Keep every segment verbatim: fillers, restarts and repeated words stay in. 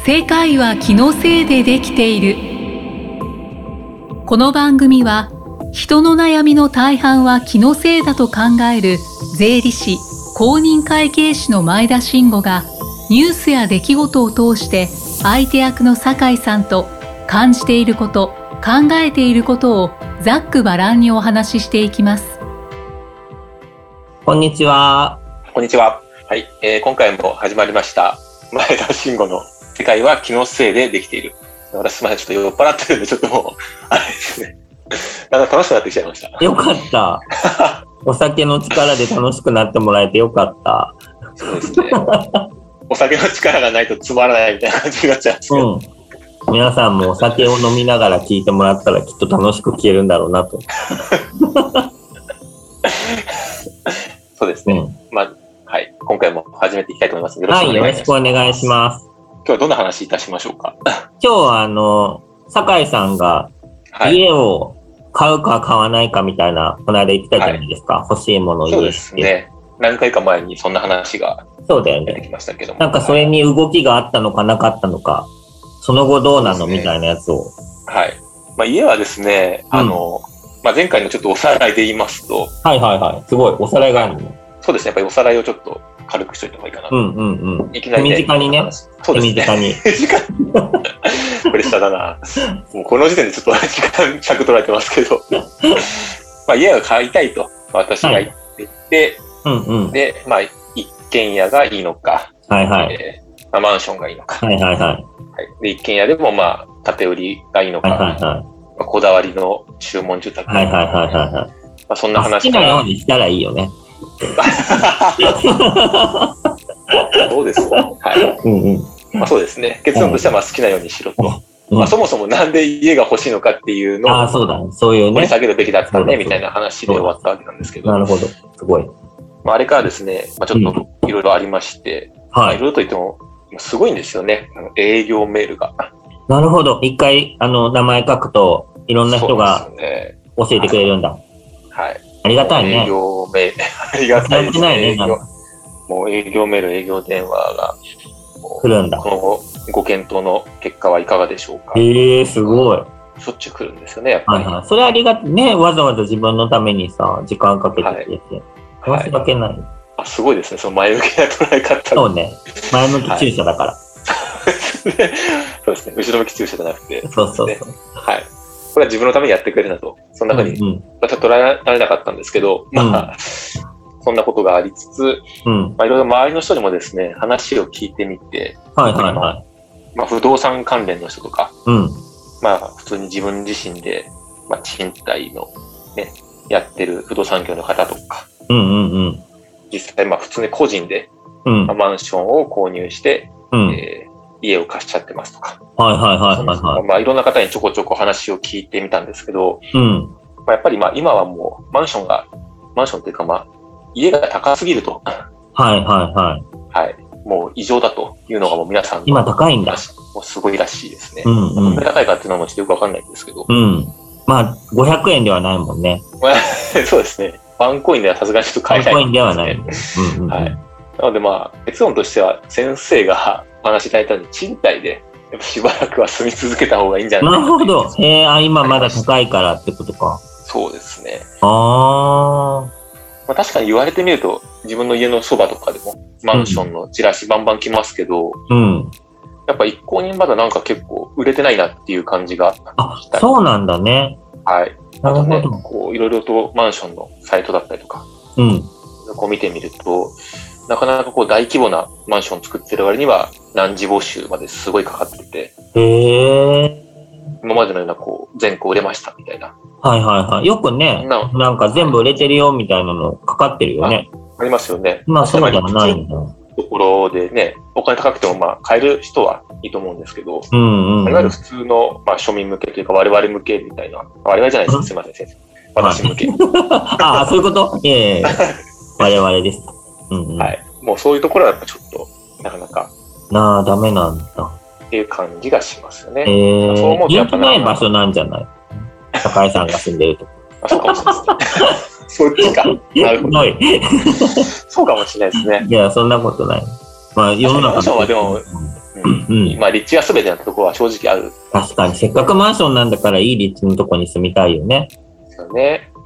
世界は気のせいでできている。この番組は人の悩みの大半は気のせいだと考える税理士公認会計士の前田慎吾がニュースや出来事を通して相手役の酒井さんと感じていること、考えていることをざっくばらんにお話ししていきます。 こんにちは。 こんにちは。はい、えー、今回も始まりました前田慎吾の世界は気のせいでできている。私すみません、ちょっと酔っ払ってるんでちょっともうあれですね。なんか楽しくなってきちゃいました。 よかった。お酒の力で楽しくなってもらえてよかった。 そうですね。お酒の力がないとつまらないみたいな感じになっちゃうんですけど。 うん、皆さんもお酒を飲みながら聞いてもらったらきっと楽しく聞けるんだろうなと。 そうですね。うん、まあ、はい。今回も始めていきたいと思います。 よろしくお願いします。はい、よろしくお願いします。 今日はどんな話いたしましょうか。 今日はあの、酒井さんが家を買うか買わないかみたいな、この間言ってたじゃないですか。はい、欲しいものを家って。 そうですね。何回か前にそんな話が出てきましたけども。 なんかそれに動きがあったのかなかったのか、その後どうなの、ね、みたいなやつを。 はい。まあ、家はですね、あの、うん、まあ、前回のちょっとおさらいで言いますと。 はいはいはい。すごい。おさらいがあるの。 そうですね。やっぱりおさらいをちょっと軽くしといた方がいいかな。 うんうんうん。 いきなり、ね、 手短にね。 そうですね。 手短に。 プレッシャーだな。もうこの時点でちょっと時間尺取られてますけど。まあ家を買いたいと私が言ってて、 はい、うんうん、 で、まあ一軒家がいいのか、 はいはい、 えーまあ、マンションがいいのか、 はいはいはい、 で一軒家でもまあ建て売りがいいのか、 はいはいはい、 まあ、こだわりの注文住宅、 はいはいはいはい、 まあ、そんな話から。好きなようにしたらいいよね。 そうですね。はい。うんうん。まあそうですね。結論としてはまあ好きなようにしろと。うん、まあそもそもなんで家が欲しいのかっていうのを、 ああそうだ、そういうね。 掘り下げるべきだったねみたいな話で終わったわけなんですけど。 なるほど。すごい。 まああれからですね、まあちょっといろいろありまして、はい。いろいろと言ってもすごいんですよね。あの営業メールが。 なるほど。一回あの名前書くといろんな人が教えてくれるんだ。 はい。 ありがたいね。 営業メール、ありがたいですね。 ね営業もう営業メール、営業電話が来るんだ。 この後ご検討の結果はいかがでしょうか。 ええー、すごい。 しょっちゅう来るんですよね、やっぱり。 はいはい。それありがたいね。わざわざ自分のためにさ、時間かけてくれて。申し訳ない、はい。 あ、すごいですね。その前向きな捉え方。 そうね。前向き注射だから。はい、 そうですね。後ろ向き注射じゃなくて、ね。 そうそうそう。 はい。これは自分のためにやってくれるなと。そんな風に、うんうん、また捉えられなかったんですけど、うん、まあ、そんなことがありつつ、うん、まあいろいろ周りの人にもですね、話を聞いてみて、 はいはいはい。 まあ不動産関連の人とか、 うん、 まあ普通に自分自身で、まあ賃貸のね、やってる不動産業の方とか、 うんうんうん、 実際まあ普通に個人で、 うんまあ、マンションを購入して、 うんえー、家を貸しちゃってますとか、 はいはいはいはい、はい。 まあいろんな方にちょこちょこ話を聞いてみたんですけど、 うんまあ、やっぱりまあ今はもうマンションが、マンションというかまあ、家が高すぎると。 はいはいはい。 はい。もう異常だというのがもう皆さん。 今高いんだ。 もうすごいらしいですね。 うんうん。 どんなに高いかっていうのもちょっとよくわかんないんですけど。 うん。まあ、ごひゃくえんではないもんね。 そうですね。ワンコインではさすがにちょっと買えない、 ね。ワンコインではない。うんうんうん、 はい。なのでまあ、結論としては先生がお話しいただいたように賃貸でやっぱしばらくは住み続けた方がいいんじゃないかな。 なるほど。えー、今まだ高いからってことか。 そうですね。 ああ。 まあ、確かに言われてみると自分の家のそばとかでもマンションのチラシバンバン来ますけど、 うん、 やっぱ一向にまだなんか結構売れてないなっていう感じがしたり。 あ、そうなんだね。 はい。 なるほど。 あとね、こういろいろとマンションのサイトだったりとか、 うん、 こう見てみるとなかなかこう大規模なマンション作ってる割には何時募集まですごいかかってて、 へー。 今までのようなこう全校売れましたみたいな。 はいはいはい。よくね、な, なんか全部売れてるよみたいなのかかってるよね。 あ, ありますよね。 まあそうではないんだ。 ところでね、お金高くてもまあ買える人はいいと思うんですけど、 うんうん、 いわゆる普通のまあ庶民向けというか我々向けみたいな、我々じゃないですか、すみません先生。私向け。 ああ、そういうこと？いやいや我々です。 うんうん、はい。もうそういうところはやっぱちょっとなかなか。 なあ、ダメなんだ。 っていう感じがしますよね。 えー、そう思うとやっぱ人気ない場所なんじゃない？高井さんが住んでるとこ。 あ、そうかもしれないですね。そっちか。なるほど。そうかもしれないですね。 いや、そんなことない。まあ、世の中マンションはでも、うん、 うん、まあ立地が全てのところは正直ある。 確かに、せっかくマンションなんだからいい立地のところに住みたいよね。 ですよね。うん、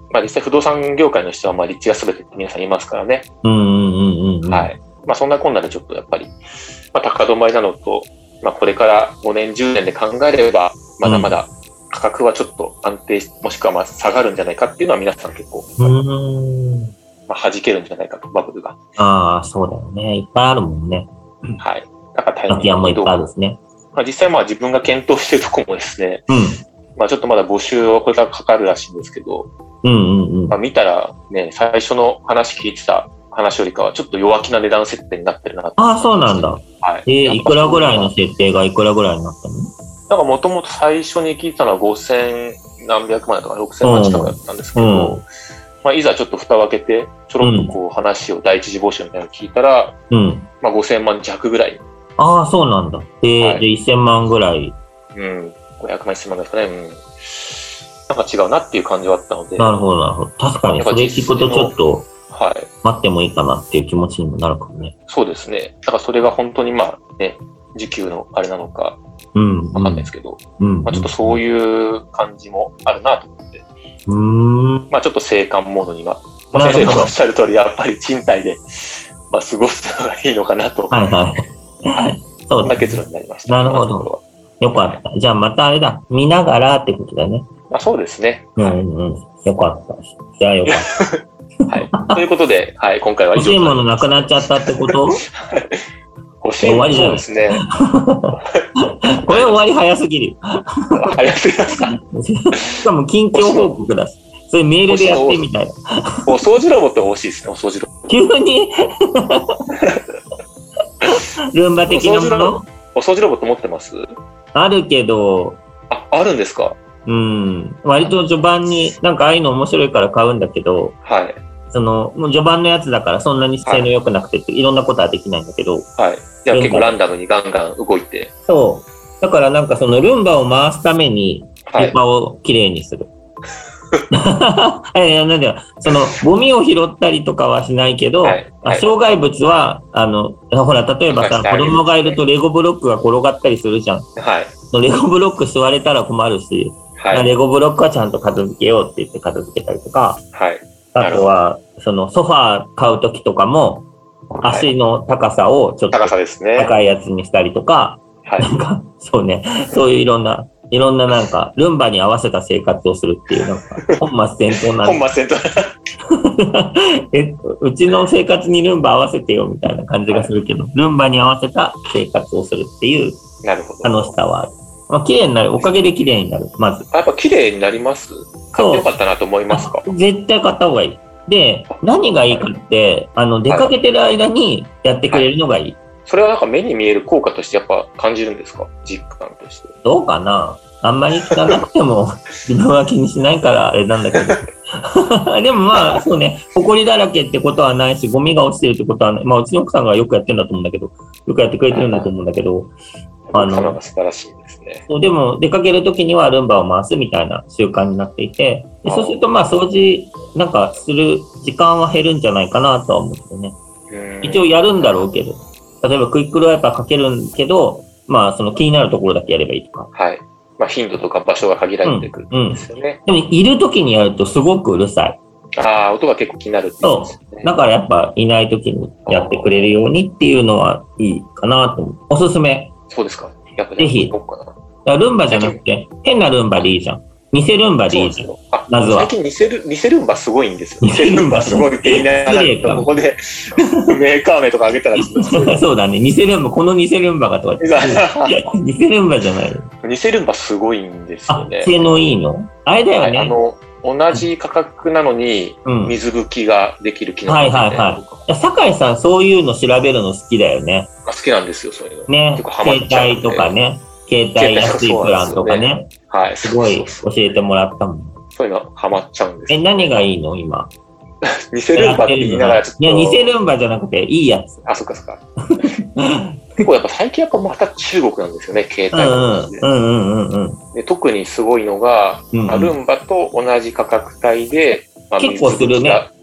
まあ実際不動産業界の人はまあ立地が全てって皆さん言いますからね。 うんうんうんうん。 はい。まあそんなこんなでちょっとやっぱり、まあ高止まりなのと、まあこれからごねん、じゅうねんで考えれば、まだまだ価格はちょっと安定、もしくはまあ下がるんじゃないかっていうのは皆さん結構、 うーん、 まあ弾けるんじゃないかと、バブルが。 ああ、そうだよね。いっぱいあるもんね。 はい。だから大変。 空き家もいっぱいあるですね。 まあ実際まあ自分が検討しているところもですね、 うん。 まあちょっとまだ募集はこれからかかるらしいんですけど、 うんうんうん。 まあ見たらね、最初の話聞いてた話よりかはちょっと弱気な値段設定になってるな。 ああ、そうなんだ。 はい。 えー、いくらぐらいの設定がいくらぐらいになったの？ なんかもともと最初に聞いたのはごせん何百万とかろくせんまん近くだったんですけど、うん、まあいざちょっと蓋を開けて、ちょろっとこう話を第一次募集みたいなの聞いたら、うん、まあごせんまん弱ぐらい。 ああ、そうなんだ。えー、はい、でいっせんまんぐらい。 うん。ごひゃくまん、いっせんまんですかね。うん。なんか違うなっていう感じはあったので。 なるほど、なるほど。確かに、それ聞くとちょっと、はい。待ってもいいかなっていう気持ちにもなるかもね。 そうですね。だからそれが本当にまあね、時給のあれなのか、うん。わかんないですけど、うん。まあちょっとそういう感じもあるなと思って。うん。まあちょっと静観モードには、まあ、先生がおっしゃる通り、やっぱり賃貸で、まあ過ごすのがいいのかなと。はいはい。はい。そうそんな結論になりました。 なるほど。よかった。じゃあまたあれだ。見ながらってことだね。 まあそうですね。 うんうん。よかった。じゃあよかった。 はい。ということで、はい、今回は以上。 欲しいものなくなっちゃったってこと欲しいものそうですね。 これ終わり早すぎる。 早すぎますか。 しかも近況報告だし。それメールでやってみたいな。 お掃除ロボット欲しいですね、お掃除ロボット。 急にルンバ的なもの？ お掃除ロボット持ってます？ あるけど。 あ、あるんですか？ うん。割と序盤に、なんかああいうの面白いから買うんだけど、はい。その、もう序盤のやつだからそんなに性能良くなくて、はい、いろんなことはできないんだけど。 はい。じゃあ結構ランダムにガンガン動いて。 そう。だからなんかそのルンバを回すために、床をきれいにする。はい、なんでそのゴミを拾ったりとかはしないけど、はいはい、障害物はあのほら例えばさ、子供がいるとレゴブロックが転がったりするじゃん、はい、そのレゴブロック吸われたら困るし、はい、レゴブロックはちゃんと片付けようって言って片付けたりとか、はい、あとはそのソファー買う時とかも足の高さをちょっと高いやつにしたりとか、はい、なんかそうね、そういういろんないろんななんか、ルンバに合わせた生活をするっていう、なんか、本末転倒な。 本末転倒。 え、うちの生活にルンバ合わせてよみたいな感じがするけど、はい、ルンバに合わせた生活をするっていう楽しさはある。まあ、綺麗になる。おかげで綺麗になる、まず。 やっぱ綺麗になります？買ってよかったなと思いますか？ 絶対買った方がいい。で、何がいいかって、あの、出かけてる間にやってくれるのがいい。はいはい、 それはなんか目に見える効果としてやっぱ感じるんですか？実感として。 どうかな？あんまり聞かなくても自分は気にしないからあれなんだけど。でもまあそうね、埃だらけってことはないし、ゴミが落ちてるってことはない。まあうちの奥さんがよくやってるんだと思うんだけど、よくやってくれてるんだと思うんだけど。 あの、が素晴らしいですね。 そう、でも出かけるときにはルンバを回すみたいな習慣になっていて、でそうするとまあ掃除なんかする時間は減るんじゃないかなとは思うけどね。一応やるんだろうけど。例えばクイックルワイパーかけるんけど、まあその気になるところだけやればいいとか。 はい。まあ頻度とか場所が限られてくるんですよね。 うんうん、でもいるときにやるとすごくうるさい。 ああ、音が結構気になるってことですね。 そう。だからやっぱいないときにやってくれるようにっていうのはいいかなと思う。おすすめ。 そうですか。やっぱぜひ。ルンバじゃなくて、変なルンバでいいじゃん。偽ルンバでいいじゃん。まずは。 最近偽ル、偽ルンバすごいんですよ。偽ルンバすごいって言いながら、ここでメーカー名とかあげたらそうだね。偽ルンバ、この偽ルンバがとか。偽ルンバじゃない。 偽ルンバすごいんですよね。 性能いいの？あれだよね。 あの、同じ価格なのに、水拭きができる機能。 はいはいはい。酒井さん、そういうの調べるの好きだよね。 好きなんですよ、そういうの。 ね。携帯とかね。携帯安いプランとかね。はい。すごい教えてもらったもん。 そういうのハマっちゃうんです。 え、何がいいの今？ 偽ルンバって言いながらちょっと。 いや、偽ルンバじゃなくていいやつ。 あ、そっかそっか。結構やっぱ最近やっぱまた中国なんですよね、携帯の話で。うんうんうんうん。で特にすごいのが、うんうん、ルンバと同じ価格帯で、 まあ、結構するね。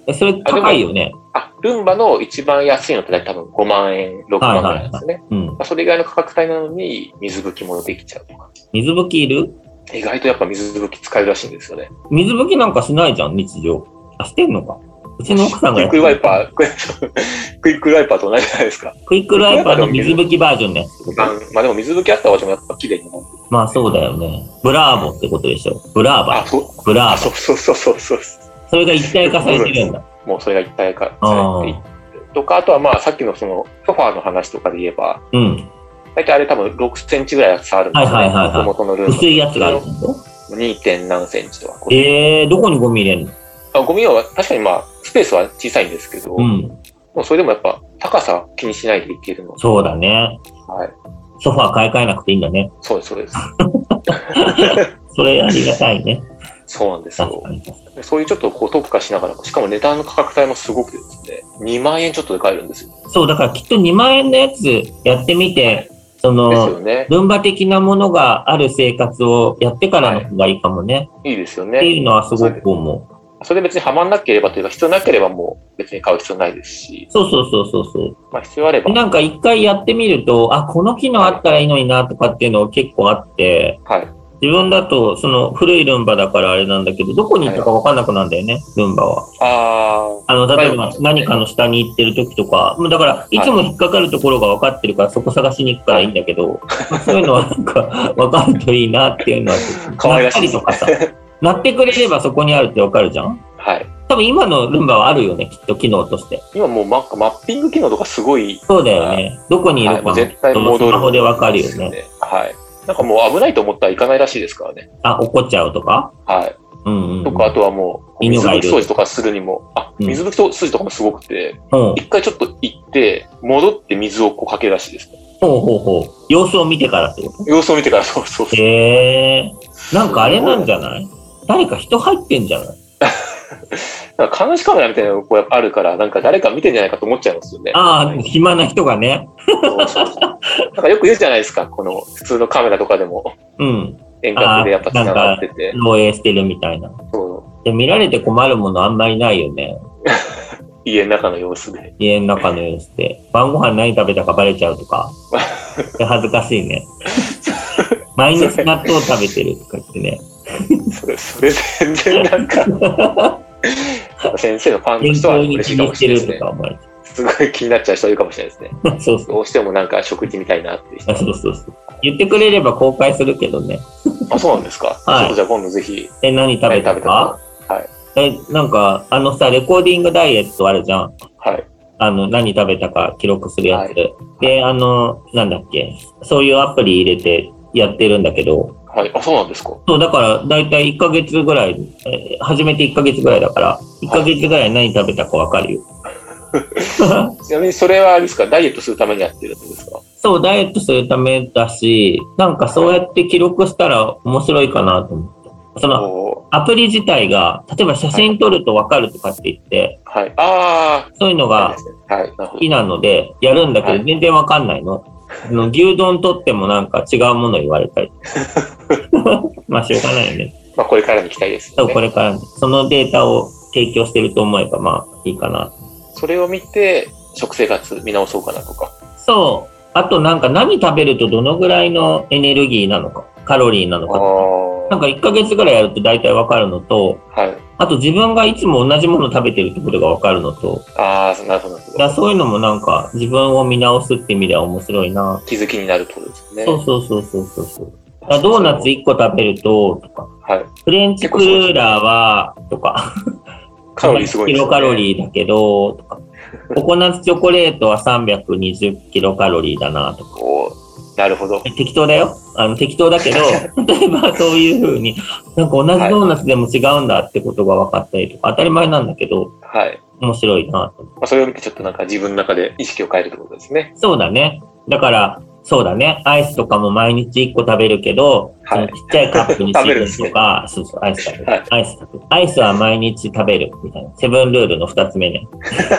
え、それ高いよね。 あ、ルンバの一番安いのって多分ごまんえん、ろくまんぐらいなんですね。はいはいはい、うん、まあ、それ以外の価格帯なのに水拭きもできちゃうとか。 水拭きいる？ 意外とやっぱ水拭き使えるらしいんですよね。 水拭きなんかしないじゃん、日常。あ、してんのか。うちの奥さんがやってる。クイックルワイパー、クイックルワイパーと同じじゃないですか。 クイックルワイパーの水拭きバージョンのやつ。 まあ、まあでも水拭きあった方がやっぱ綺麗になる。 まあそうだよね。ブラーボってことでしょ。ブラーバ。 あ、そう。 ブラーバ。 そうそうそうそうそう。 それが一体化されてるんだ。 もうそれが一体化されている。とか、あとはまあさっきのそのソファーの話とかで言えば、うん。大体あれ多分ろくセンチぐらい差あるんですよね。はいはいはい、はい。元々のルーム。 薄いやつがあるんだ。 に. 点何センチとか。 えー、どこにゴミ入れるの？ あ、ゴミは確かにまあスペースは小さいんですけど、うん、もうそれでもやっぱ高さ気にしないでいけるので。 そうだね。はい。ソファー買い替えなくていいんだね。 そうですそうです。 それありがたいね。 そうなんですよ。そういうちょっとこう特化しながら、しかも値段の価格帯もすごくてですね、にまんえんちょっとで買えるんですよ。 そうだからきっとにまんえんのやつやってみて。その、ね、ルンバ的なものがある生活をやってからの方がいいかもね。 はい、いいですよね。 っていうのはすごく思う。それで別にハマんなければというか、必要なければもう別に買う必要ないですし。 そうそうそうそうそう。 まあ必要あれば。 なんか一回やってみると、あ、この機能あったらいいのになとかっていうの結構あって、はい。自分だと、その古いルンバだからあれなんだけど、どこに行ったか分かんなくなるんだよね、はい、ルンバは。ああ。あの、例えば何かの下に行ってる時とか、だから、いつも引っかかるところが分かってるから、そこ探しに行くからいいんだけど、はい、そういうのはなんか分かるといいなっていうのは、 可愛らしいですね。 とかさ、鳴ってくれればそこにあるって分かるじゃん。はい。多分今のルンバはあるよね、きっと機能として。 今もうマッピング機能とかすごい。 そうだよね。どこにいるかも、 絶対戻る。 スマホで分かるよね。 はい。なんかもう危ないと思ったらいかないらしいですからね。 あ、怒っちゃうとか？ はい。うんうんうん、とか、あとはもう、水拭き掃除とかするにも、あ、水拭き掃除とかもすごくて、うん、一回ちょっと行って、戻って水をこうかけるらしいです、ね。 ほうほうほう。様子を見てからってこと？ 様子を見てから、そうそうそう。 へー。なんかあれなんじゃない？誰か人入ってんじゃない？ なんか監視カメラみたいなのがこうやっぱあるから、なんか誰か見てんじゃないかと思っちゃいますよね。 ああ、暇な人がね。 そうそうそう。なんかよく言うじゃないですか、この普通のカメラとかでも。うん。遠隔でやっぱ繋がってて。 漏洩してるみたいな。そう。で、見られて困るものあんまりないよね。 家の中の様子で。 家の中の様子で。晩ご飯何食べたかバレちゃうとか。恥ずかしいね。毎日納豆食べてるとか言ってね。 それ、それ全然なんか、先生のファンの人は嬉しいかもしれないですね。すごい気になっちゃう人いるかもしれないですね。そうそう。どうしてもなんか食事みたいなっていう人。 そうそうそう。言ってくれれば公開するけどね。 あ、そうなんですか。はい。ちょっとじゃあ今度ぜひ。 え、何食べたか？はい。え、なんか、あのさ、レコーディングダイエットあるじゃん。はい。あの、何食べたか記録するやつ。はい、で、あの、なんだっけ。そういうアプリ入れてやってるんだけど。 はい。あ、そうなんですか。 そう、だから、だいたいいっかげつぐらい、えー、始めていっかげつぐらいだから、いっかげつぐらい何食べたかわかるよ。 ちなみにそれはあれですか、ダイエットするためにやってるんですか？ そう、ダイエットするためだし、なんかそうやって記録したら面白いかなと思って。その、アプリ自体が、例えば写真撮るとわかるとかって言って、はい。ああ。そういうのが好きなので、やるんだけど、全然わかんないの。の牛丼取ってもなんか違うもの言われたり。まあしょうがないよね。 まあこれからに期待です、ね。 そう、これから、そのデータを提供してると思えばまあいいかな。 それを見て食生活見直そうかなとか。 そう。あとなんか何食べるとどのぐらいのエネルギーなのか、カロリーなのかとか。なんかいっかげつぐらいやると大体わかるのと、はい。あと自分がいつも同じもの食べてるってことがわかるのと。 ああ、なるほど。 だそういうのもなんか自分を見直すって意味では面白いな。 気づきになるってことですね。 そうそうそうそうそうそう。だドーナツいっこ食べると、とか。はい。フレンチクルーラーは、とか。 カロリーすごいですね。 キロカロリーだけど、とか。ココナッツチョコレートはさんびゃくにじゅうキロカロリーだな、とか。 おなるほど。 適当だよ。あの、適当だけど、例えばそういう風に、なんか同じドーナツでも違うんだってことが分かったりとか、当たり前なんだけど、はい。面白いなと。 まあ、それを見てちょっとなんか自分の中で意識を変えるってことですね。 そうだね。だから、そうだね。アイスとかも毎日いっこ食べるけど、はい、そのちっちゃいカップにシールとか、ね、そうそう、アイス食べる。はい、アイス食べる。アイスは毎日食べるみたいな。セブンルールの二つ目ね。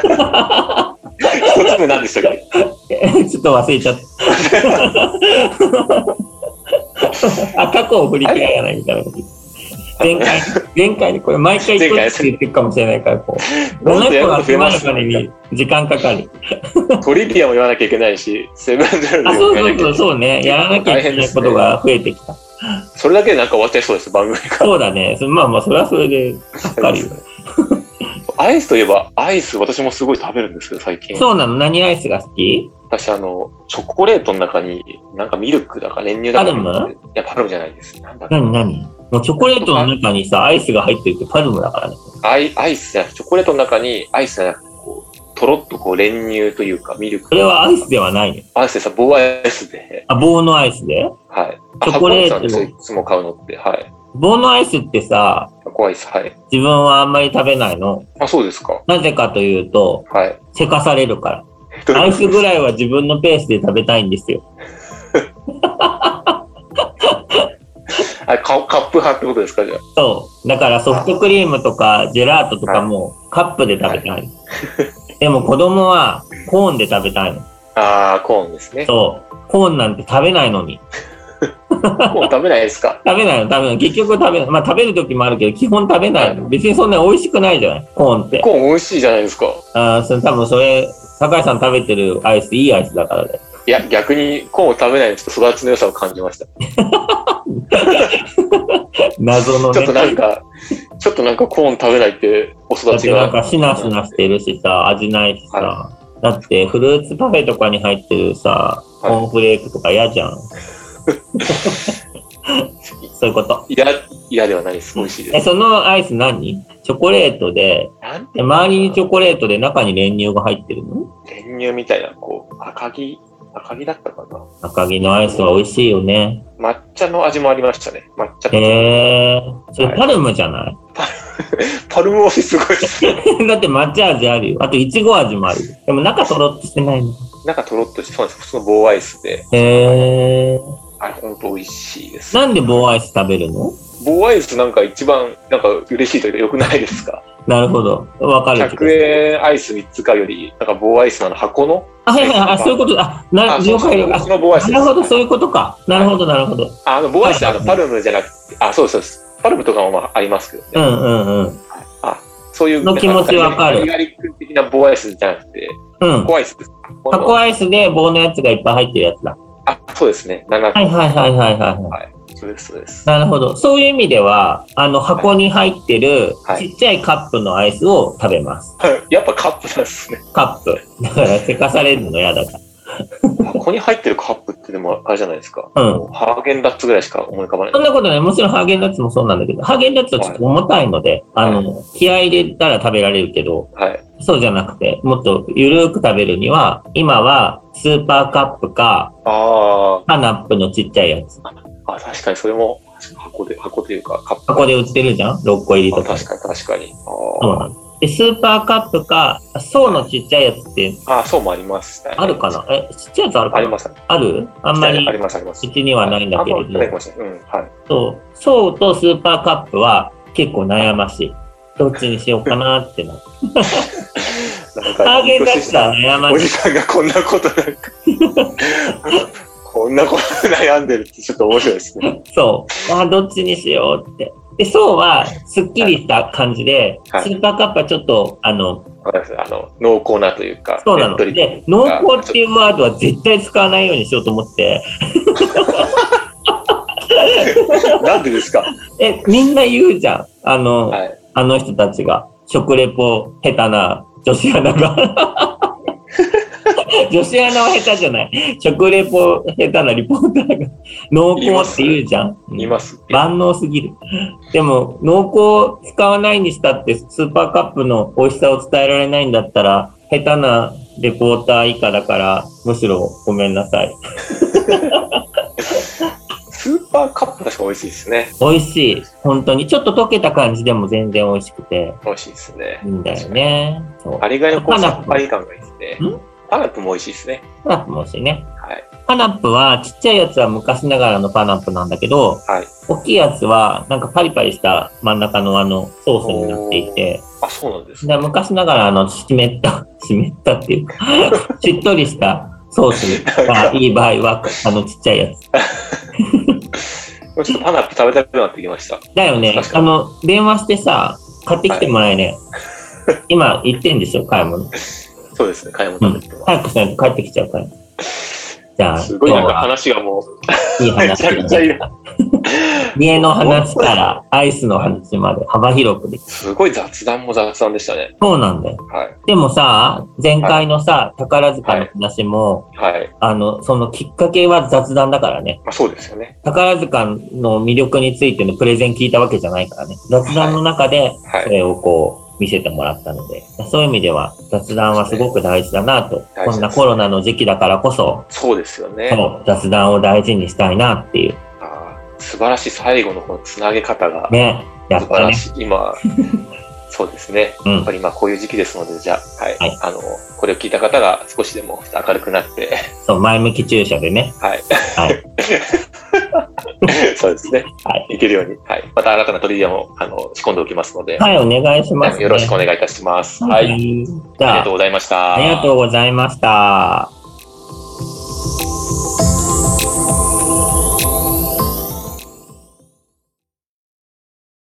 一つ目何でしたっけ？ ちょっと忘れちゃった。あ、過去を振り返らないみたいなこと。 前回、前回にこれ毎回一つって言ってるかもしれないから、こう。ななこが集まるまでに時間かかる。 トリビアも言わなきゃいけないし、セブンドルあ、そうそうそう、そうね。やらなきゃいけないことが増えてきた。 それだけでなんか終わっちゃいそうです、番組が。 そうだね。まあまあ、それはそれでかかるよ。 アイスといえば、アイス私もすごい食べるんですけど、最近。 そうなの？何アイスが好き？ 私、あの、チョコレートの中に、なんかミルクだか練乳だか。 パルム？ いや、パルムじゃないです。なんだ何何？もうチョコレートの中にさ、アイスが入ってるってパルムだからね。 アイ、アイスじゃなくて、チョコレートの中にアイスじゃなくて、こう、とろっとこう練乳というか、ミルク。 それはアイスではないね。 アイスでさ、棒アイスで。 あ、棒のアイスで？ はい。 チョコレートの。いつも買うのって、はい。 棒のアイスってさ、 怖いです。はい。 自分はあんまり食べないの。 あ、そうですか。 なぜかというと、はい。せかされるから。アイスぐらいは自分のペースで食べたいんですよ。 あ、カップ派ってことですか、じゃあ。 そう。だからソフトクリームとかジェラートとかもカップで食べたい。はい、でも子供はコーンで食べたいの。 ああ、コーンですね。 そう。コーンなんて食べないのに。 コーン食べないですか？ 食べないの、食べない。結局食べない。まあ食べる時もあるけど、基本食べないの。別にそんなに美味しくないじゃない、コーンって。 コーン美味しいじゃないですか。 ああ、それ多分それ、酒井さん食べてるアイス、いいアイスだからね。 いや、逆にコーンを食べないのちょっと育ちの良さを感じました。 謎のね。 ちょっとなんか、ちょっとなんかコーン食べないってお育ちが。 だってなんかシナシナしてるしさ、味ないしさ。はい、だってフルーツパフェとかに入ってるさ、コーンフレークとか嫌じゃん。そういうこと。 いや、嫌ではないです。美味しいです。 え、そのアイス何？チョコレートで、周りにチョコレートで中に練乳が入ってるの？ 練乳みたいな、こう、赤木、赤木だったかな。 赤木のアイスは美味しいよね。 抹茶の味もありましたね。抹茶。 へー。それパルムじゃない？はい、 パルム推しすごいですね。 だって抹茶味あるよ。あとイチゴ味もある。でも中とろっとしてないの。 中とろっとして、そうなんです。普通の棒アイスで。 へー。 あれ、ほんと美味しいです。 なんで棒アイス食べるの？ 棒アイスなんか一番なんか嬉しいというか良くないですか？ なるほど。わかる。 ひゃくえんアイスみっつ買うより、なんか棒アイスの箱の。 あ、はいはいはい、そういうこと。あ、なるほど。なるほど、そういうことか。なるほど、なるほど。 あの、棒アイス、あの、パルムじゃなくて、あ、そうです、そうです。パルムとかもまあありますけどね。 うんうんうん。 あ、そういう。 の気持ちわかる。 ガリガリ君的な棒アイスじゃなくて、 うん。 箱アイスです。 箱アイスで棒のやつがいっぱい入ってるやつだ。 あ、そうですね。ななこ。 はいはいはいはいはい。はい。 そうです、そうです。 なるほど。そういう意味では、あの、箱に入ってるちっちゃいカップのアイスを食べます。 はい。やっぱカップなんですね。 カップ。だから、せかされるの嫌だから。 箱に入ってるカップってでもあれじゃないですか。 うん。 ハーゲンダッツぐらいしか思い浮かばない。 そんなことない。もちろんハーゲンダッツもそうなんだけど、ハーゲンダッツはちょっと重たいので、はい、あの、気合い入れたら食べられるけど、はい。そうじゃなくて、もっとゆるーく食べるには、今はスーパーカップか、あパナップのちっちゃいやつ。 あ、確かにそれも箱で、箱というかカップ。 箱で売ってるじゃん ?ろっこ入りとか。 確かに確かに。 そうなんで、スーパーカップか、層のちっちゃいやつって。 あ、層もあります、 ね。あるかなえ、ちっちゃいやつあるかなあります。 あるあんまり。 あります、あります。 うちにはないんだけれど。 はい、うん、はい。 そう。層とスーパーカップは結構悩ましい。どっちにしようかなってな。ハーゲンダッツは悩ましい。 おじさんがこんなことなんか。こんなこと悩んでるってちょっと面白いですね。 そう。あ、どっちにしようって。で、層はすっきりした感じで、はい、スーパーカップはちょっと、あの、 あの濃厚なというか。 そうなの。で、濃厚っていうワードは絶対使わないようにしようと思って。 なんでですか？ え、みんな言うじゃん。あの、はい、あの人たちが。食レポ下手な女子アナが。女子アナは下手じゃない。食レポ下手なリポーターが濃厚って言うじゃん。 います。 万能すぎる。でも濃厚使わないにしたってスーパーカップの美味しさを伝えられないんだったら下手なレポーター以下だからむしろごめんなさい。 スーパーカップ確か美味しいですね。 美味しい。本当に。ちょっと溶けた感じでも全然美味しくて。 美味しいですね。 いいんだよね。 そう。あれがのこうさっぱり感がいいですね。パナップも美味しいですね。 パナップも美味しいね。 はい。 パナップはちっちゃいやつは昔ながらのパナップなんだけど、はい。大きいやつはなんかパリパリした真ん中のあのソースになっていて。 あ、そうなんですね。 昔ながらあの湿った、湿ったっていうか、しっとりしたソースがいい場合は、あのちっちゃいやつ。 ちょっとパナップ食べたくなってきました。 だよね。あの、電話してさ、買ってきてもらえね。はい、今行ってんでしょ、買い物。 そうですね、買い物食べてます。 うん、早くしないと帰ってきちゃうから。じゃあ、 すごいなんか話がもう、 いい話。めちゃくちゃいい。家の話からアイスの話まで幅広くできる。 すごい雑談も雑談でしたね。 そうなんだよ。はい、でもさ、前回のさ、はい、宝塚の話も、はいはい、あの、そのきっかけは雑談だからね。 まあ、そうですよね。 宝塚の魅力についてのプレゼン聞いたわけじゃないからね。雑談の中で、それをこう、見せてもらったので、そういう意味では雑談はすごく大事だなと、ね、こんなコロナの時期だからこそ、 そうですよね。 そう雑談を大事にしたいなっていう。 あ素晴らしい、最後のこのつなげ方がね、やったね、素晴らしい。 今そうですね、うん、やっぱり今こういう時期ですので、じゃあ、はい、はい、あのこれを聞いた方が少しでも明るくなって、 そう前向き注射でね、 はい、はい、そうですね、はい、いけるように、はい、また新たな取り入れもあの仕込んでおきますので、 はい、お願いします、ね、 よろしくお願いいたします。はい、はい、じゃあありがとうございました。 ありがとうございました。